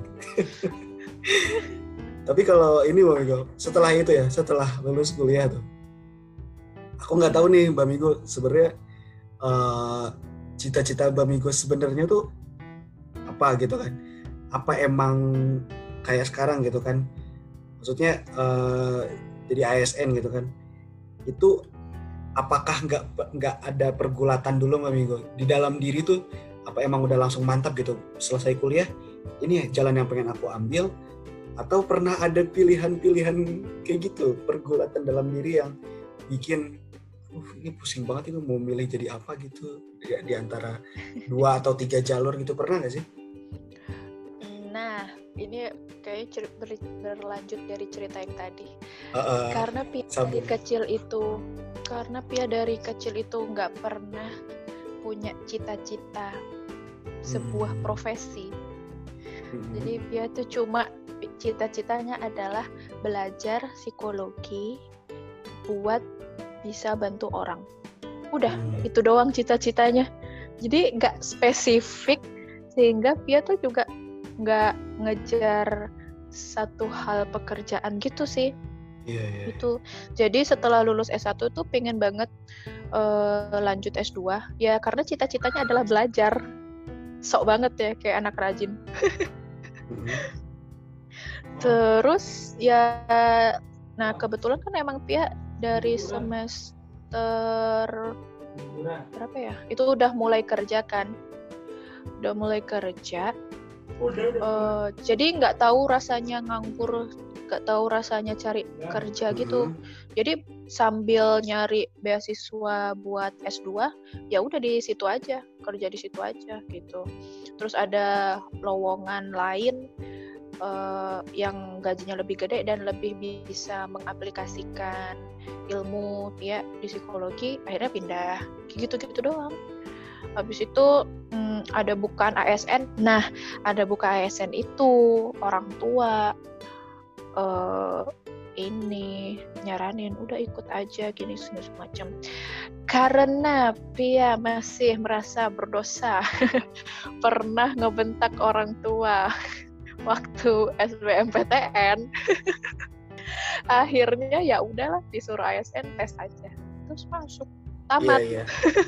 Tapi kalau ini Mbak Migo, setelah itu ya, setelah lulus kuliah tuh, aku nggak tahu nih Mbak Migo sebenarnya cita-cita Mbak Migo sebenarnya tuh apa gitu kan? Apa emang kayak sekarang gitu kan? Maksudnya jadi ASN gitu kan? Itu apakah nggak ada pergulatan dulu Mbak Migo di dalam diri tuh? Apa emang udah langsung mantap gitu selesai kuliah? Ini ya jalan yang pengen aku ambil. Atau pernah ada pilihan-pilihan kayak gitu, pergulatan dalam diri yang bikin ini pusing banget itu mau milih jadi apa gitu di antara 2 atau 3 jalur gitu, pernah nggak sih? Nah ini kayaknya berlanjut dari cerita yang tadi. Karena Pia dari kecil itu nggak pernah punya cita-cita sebuah profesi. Jadi Pia tuh cuma cita-citanya adalah belajar psikologi buat bisa bantu orang. Udah, itu doang cita-citanya. Jadi nggak spesifik, sehingga Pia tuh juga nggak ngejar satu hal pekerjaan gitu sih. Yeah. Itu. Jadi setelah lulus S1 tuh pengen banget lanjut S2. Ya karena cita-citanya adalah belajar. Sok banget ya, kayak anak rajin. Terus ya, nah kebetulan kan emang Pia dari semester berapa ya? Itu udah mulai kerja kan? Udah mulai kerja. Jadi nggak tahu rasanya nganggur, nggak tahu rasanya cari kerja gitu. Jadi sambil nyari beasiswa buat S2, ya udah di situ aja, kerja di situ aja gitu. Terus ada lowongan lain yang gajinya lebih gede dan lebih bisa mengaplikasikan ilmu ya di psikologi, akhirnya pindah gitu-gitu doang. Habis itu ada bukaan ASN. Nah, ada buka ASN itu orang tua ini nyaranin udah ikut aja gini semacam. Karena Pia masih merasa berdosa pernah ngebentak orang tua waktu SBMPTN. Akhirnya ya udahlah disuruh ASN, tes aja terus masuk, tamat. Iya.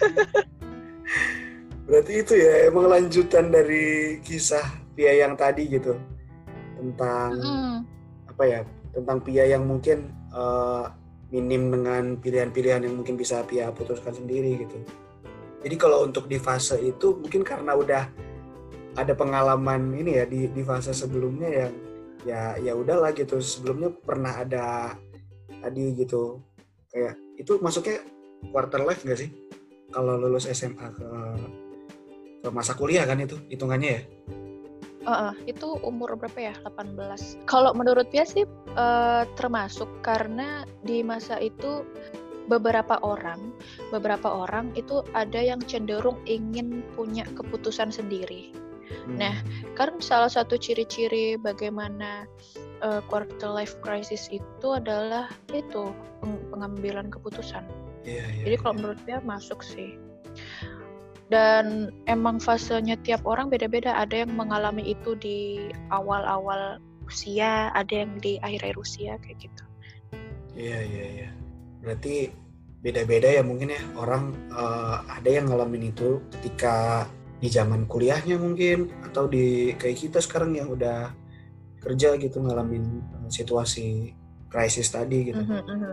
Berarti itu ya emang lanjutan dari kisah Pia yang tadi gitu, tentang apa ya, tentang Pia yang mungkin minim dengan pilihan-pilihan yang mungkin bisa Pia putuskan sendiri gitu. Jadi kalau untuk di fase itu mungkin karena udah ada pengalaman ini ya di fase sebelumnya yang ya udahlah gitu, sebelumnya pernah ada tadi gitu, kayak itu masuknya quarter life nggak sih kalau lulus SMA ke masa kuliah kan, itu hitungannya ya? Itu umur berapa ya? 18. Kalau menurut Pia sih termasuk, karena di masa itu beberapa orang itu ada yang cenderung ingin punya keputusan sendiri. Nah, kan salah satu ciri-ciri bagaimana quarter life crisis itu adalah itu pengambilan keputusan. Jadi kalau menurut Pia masuk sih. Dan emang fasenya tiap orang beda-beda. Ada yang mengalami itu di awal-awal usia, ada yang di akhir-akhir usia kayak gitu. Iya. Berarti beda-beda ya mungkin ya orang, ada yang ngalamin itu ketika di zaman kuliahnya mungkin, atau di kayak kita sekarang yang udah kerja gitu ngalamin situasi krisis tadi gitu.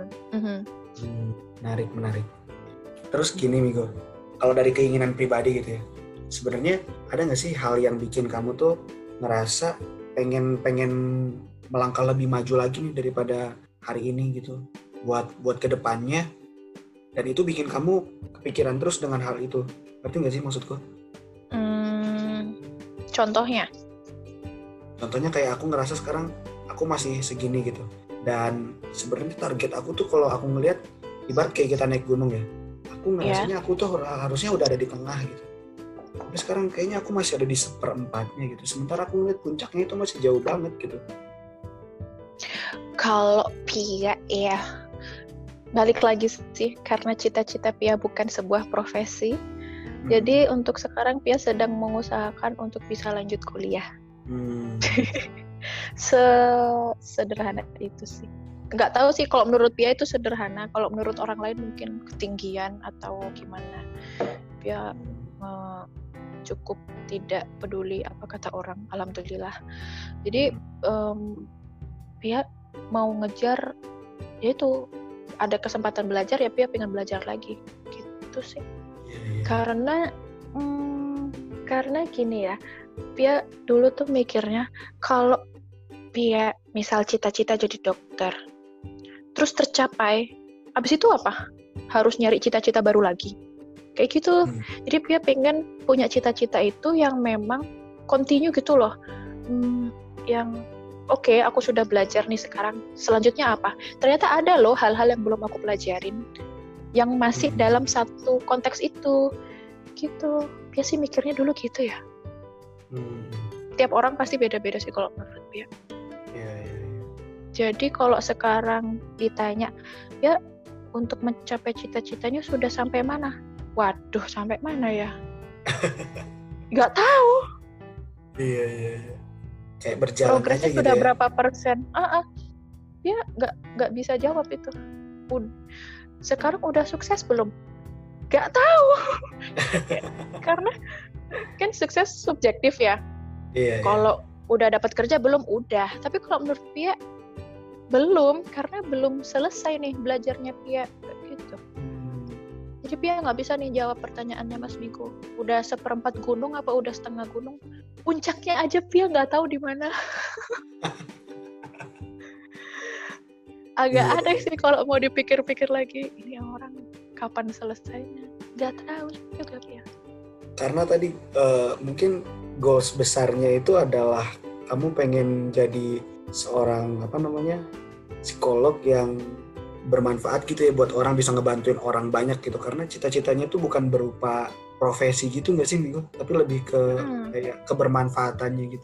Menarik. Terus gini Migo, kalau dari keinginan pribadi gitu ya, sebenarnya ada nggak sih hal yang bikin kamu tuh ngerasa pengen melangkah lebih maju lagi nih daripada hari ini gitu, buat kedepannya, dan itu bikin kamu kepikiran terus dengan hal itu? Ngerti nggak sih maksudku? Contohnya kayak aku ngerasa sekarang aku masih segini gitu, dan sebenarnya target aku tuh kalau aku ngelihat ibarat kayak kita naik gunung ya, aku ngerasanya aku tuh harusnya udah ada di tengah gitu, tapi sekarang kayaknya aku masih ada di 1/4 gitu, sementara aku ngeliat puncaknya itu masih jauh banget gitu. Kalau Pia ya balik lagi sih, karena cita-cita Pia bukan sebuah profesi. Jadi untuk sekarang Pia sedang mengusahakan untuk bisa lanjut kuliah. Sederhana itu sih. Nggak tahu sih kalau menurut Pia itu sederhana. Kalau menurut orang lain mungkin ketinggian atau gimana. Pia cukup tidak peduli apa kata orang. Alhamdulillah. Jadi Pia mau ngejar, yaitu ada kesempatan belajar ya Pia pengen belajar lagi gitu sih. Karena gini ya, Pia dulu tuh mikirnya kalau Pia misal cita-cita jadi dokter terus tercapai, abis itu apa? Harus nyari cita-cita baru lagi kayak gitu. Jadi Pia pengen punya cita-cita itu yang memang continue gitu loh, yang Oke, aku sudah belajar nih sekarang. Selanjutnya apa? Ternyata ada loh hal-hal yang belum aku pelajarin, yang masih dalam satu konteks itu. Gitu. Dia sih mikirnya dulu gitu ya. Tiap orang pasti beda-beda sih kalau menurut dia. Jadi kalau sekarang ditanya, ya untuk mencapai cita-citanya sudah sampai mana? Waduh, sampai mana ya? Nggak tahu. Iya. Kayak berjalan progresnya aja sudah gitu ya. Berapa persen? Dia nggak bisa jawab itu. Sekarang udah sukses belum? Nggak tahu. Karena kan sukses subjektif ya. Kalau udah dapat kerja belum? Udah. Tapi kalau menurut Pia belum, karena belum selesai nih belajarnya Pia gitu. Jadi Pia nggak bisa nih jawab pertanyaannya Mas Miko. Udah 1/4 gunung apa udah setengah gunung? Puncaknya aja Pia nggak tahu di mana. Agak aneh sih kalau mau dipikir-pikir lagi. Ini orang kapan selesainya? Nggak tahu juga Pia. Karena tadi mungkin goals besarnya itu adalah kamu pengen jadi seorang psikolog yang bermanfaat gitu ya buat orang, bisa ngebantuin orang banyak gitu. Karena cita-citanya tuh bukan berupa profesi gitu nggak sih Miko? Tapi lebih ke kayak kebermanfaatannya gitu.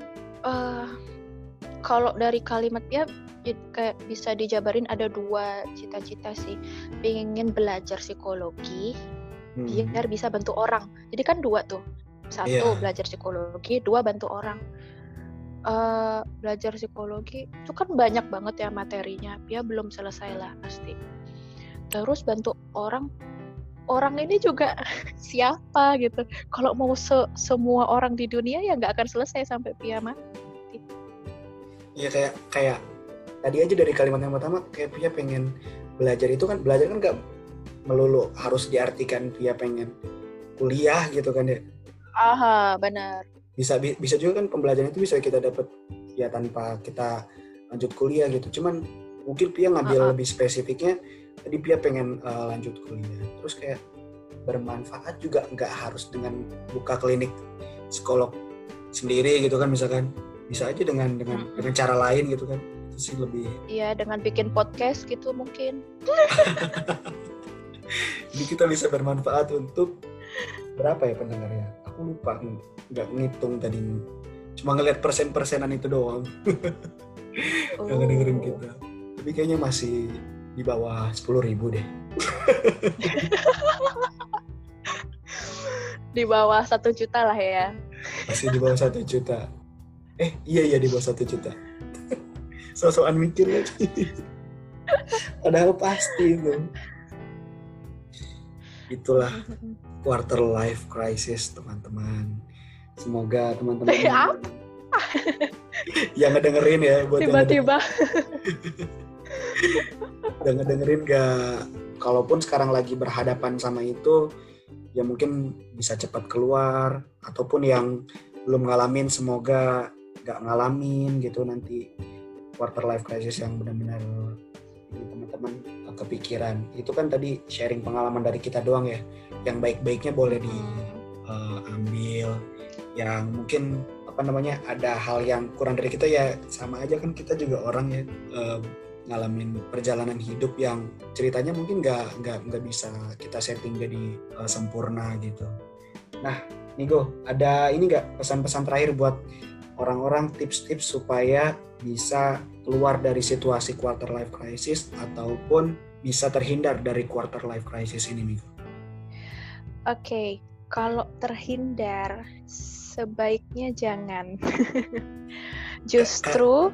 Kalau dari kalimatnya kayak bisa dijabarin ada 2 cita-cita sih. Pengen belajar psikologi biar bisa bantu orang. Jadi kan 2 tuh. 1 belajar psikologi, 2 bantu orang. Belajar psikologi itu kan banyak banget ya materinya. Dia belum selesai lah pasti. Terus bantu orang ini juga siapa gitu. Kalau mau semua orang di dunia ya nggak akan selesai sampai Pia mati. Iya kayak tadi aja dari kalimat yang pertama kayak Pia pengen belajar itu kan, belajar kan nggak melulu harus diartikan Pia pengen kuliah gitu kan ya. Benar. Bisa juga kan pembelajaran itu bisa kita dapat ya tanpa kita lanjut kuliah gitu. Cuman mungkin Pia ngambil lebih spesifiknya tadi Pia pengen lanjut kuliah. Terus kayak bermanfaat juga nggak harus dengan buka klinik psikolog sendiri gitu kan, misalkan bisa aja dengan cara lain gitu kan. Itu sih lebih. Iya, dengan bikin podcast gitu mungkin. Jadi kita bisa bermanfaat untuk berapa ya pendengarnya? Aku lupa, nggak ngitung tadi, cuma ngeliat persenan itu doang. Yang ngedengerin kita, tapi kayaknya masih di bawah 10.000 deh. Di bawah 1 juta lah ya. Masih di bawah 1 juta. Iya di bawah 1 juta. So-soan mikir lagi. Padahal pasti itu. Itulah quarter life crisis teman-teman. Semoga teman-teman yang ngedengerin ya, buat tiba-tiba yang ngedengerin gak, kalaupun sekarang lagi berhadapan sama itu ya mungkin bisa cepat keluar, ataupun yang belum ngalamin semoga gak ngalamin gitu nanti quarter life crisis yang benar-benar teman-teman kepikiran. Itu kan tadi sharing pengalaman dari kita doang ya. Yang baik-baiknya boleh diambil. Yang mungkin ada hal yang kurang dari kita ya sama aja kan, kita juga orang ya, ngalamin perjalanan hidup yang ceritanya mungkin nggak bisa kita setting jadi sempurna gitu. Nah, Nigo, ada ini nggak pesan-pesan terakhir buat orang-orang tips-tips supaya bisa keluar dari situasi quarter life crisis ataupun bisa terhindar dari quarter life crisis ini, Miko? Oke, kalau terhindar sebaiknya jangan. Justru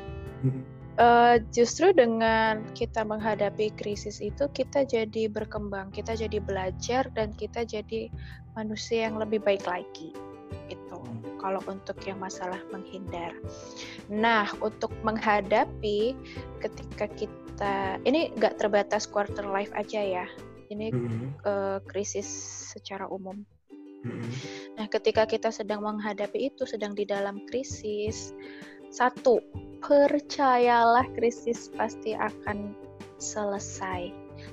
dengan kita menghadapi krisis itu kita jadi berkembang, kita jadi belajar, dan kita jadi manusia yang lebih baik lagi. Itu kalau untuk yang masalah menghindar. Nah, untuk menghadapi ketika kita, ini nggak terbatas quarter life aja ya, ini krisis secara umum. Nah, ketika kita sedang menghadapi itu, sedang di dalam krisis, satu, percayalah krisis pasti akan selesai.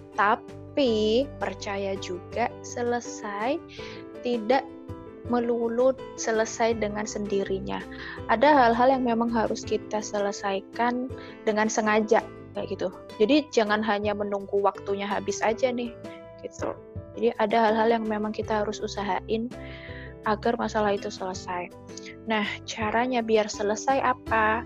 Tapi percaya juga selesai tidak melulu selesai dengan sendirinya. Ada hal-hal yang memang harus kita selesaikan dengan sengaja kayak gitu. Jadi jangan hanya menunggu waktunya habis aja nih gitu. Jadi ada hal-hal yang memang kita harus usahain agar masalah itu selesai. Nah, caranya biar selesai apa?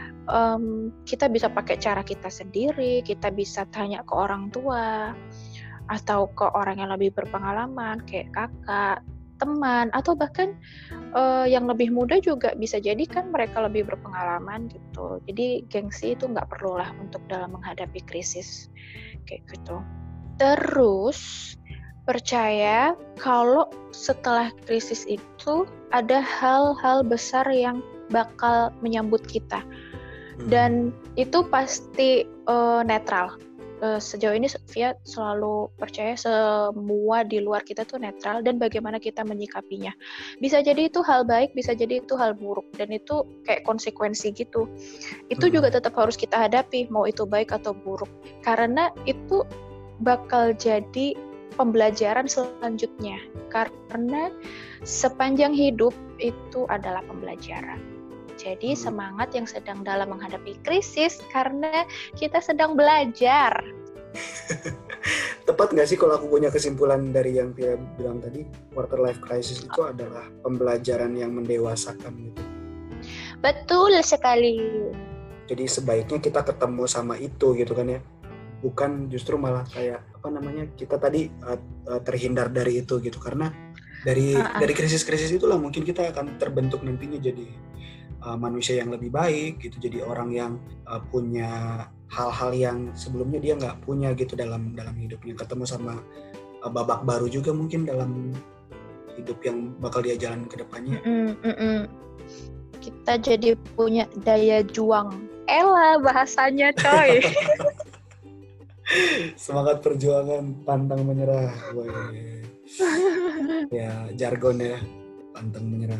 Kita bisa pakai cara kita sendiri, kita bisa tanya ke orang tua, atau ke orang yang lebih berpengalaman, kayak kakak, teman, atau bahkan yang lebih muda juga bisa jadi kan mereka lebih berpengalaman gitu. Jadi gengsi itu nggak perlulah untuk dalam menghadapi krisis kayak gitu. Terus percaya kalau setelah krisis itu ada hal-hal besar yang bakal menyambut kita. Dan itu pasti netral. Sejauh ini Via selalu percaya semua di luar kita tuh netral dan bagaimana kita menyikapinya. Bisa jadi itu hal baik, bisa jadi itu hal buruk, dan itu kayak konsekuensi gitu. Itu juga tetap harus kita hadapi, mau itu baik atau buruk. Karena itu bakal jadi pembelajaran selanjutnya. Karena sepanjang hidup itu adalah pembelajaran. Jadi semangat yang sedang dalam menghadapi krisis karena kita sedang belajar. Tepat nggak sih kalau aku punya kesimpulan dari yang Pia bilang tadi, quarter life crisis itu adalah pembelajaran yang mendewasakan gitu? Betul sekali. Jadi sebaiknya kita ketemu sama itu gitu kan ya, bukan justru malah kayak kita tadi terhindar dari itu gitu, karena dari krisis-krisis itulah mungkin kita akan terbentuk nantinya jadi manusia yang lebih baik gitu, jadi orang yang punya hal-hal yang sebelumnya dia nggak punya gitu dalam hidupnya, ketemu sama babak baru juga mungkin dalam hidup yang bakal dia jalan ke depannya. Kita jadi punya daya juang. Ella bahasanya coy. Semangat perjuangan, pantang menyerah. Ya jargon ya, pantang menyerah.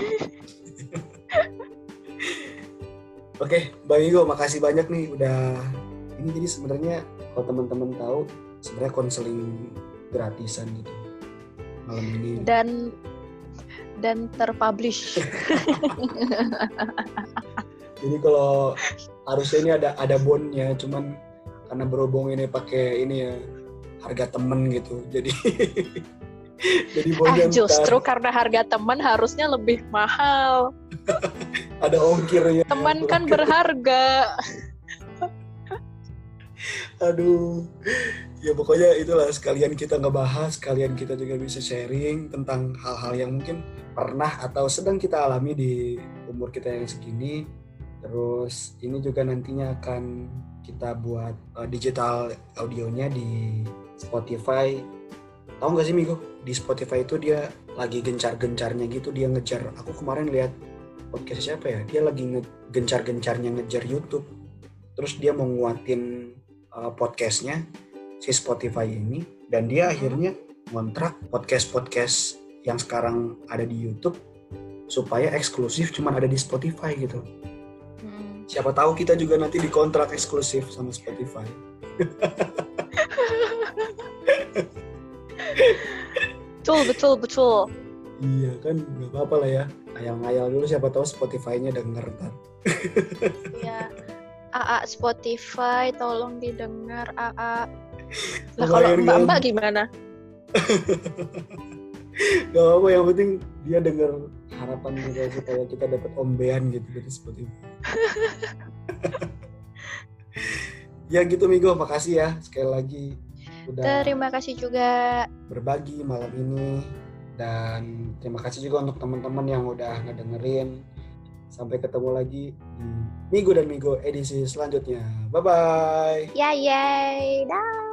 Oke, Bang Igo, makasih banyak nih udah ini. Jadi sebenarnya kalau teman-teman tahu, sebenarnya konseling gratisan gitu malam ini. Dan terpublish. Jadi kalau harusnya ini ada bondnya, cuman karena berhubung ini pakai ini ya harga temen gitu, jadi bondnya justru karena harga teman harusnya lebih mahal. Ada ongkirnya. Teman kan berharga. Aduh, ya pokoknya itulah, sekalian kita ngebahas, sekalian kita juga bisa sharing tentang hal-hal yang mungkin pernah atau sedang kita alami di umur kita yang segini. Terus ini juga nantinya akan kita buat digital audionya di Spotify. Tahu nggak sih Migo? Di Spotify itu dia lagi gencar-gencarnya gitu, dia ngejar. Aku kemarin lihat podcast siapa ya? Dia lagi gencar-gencarnya ngejar YouTube. Terus dia mau nguatin podcastnya si Spotify ini, dan dia akhirnya ngontrak podcast yang sekarang ada di YouTube supaya eksklusif cuman ada di Spotify gitu. Siapa tahu kita juga nanti dikontrak eksklusif sama Spotify. Betul. Iya kan, nggak apa-apa lah ya. Ngayal-ngayal dulu, siapa tahu Spotify-nya denger ntar. Iya. AA Spotify, tolong didengar AA. Lah kalau Mbak gimana? Gak apa-apa, yang penting dia denger harapan juga supaya kita dapat ombean gitu dari Spotify. Ya gitu Migo, makasih ya sekali lagi udah Terima kasih juga berbagi malam ini, dan terima kasih juga untuk teman-teman yang udah ngedengerin. Sampai ketemu lagi di Migo dan Migo edisi selanjutnya. Bye bye. Yay, dah.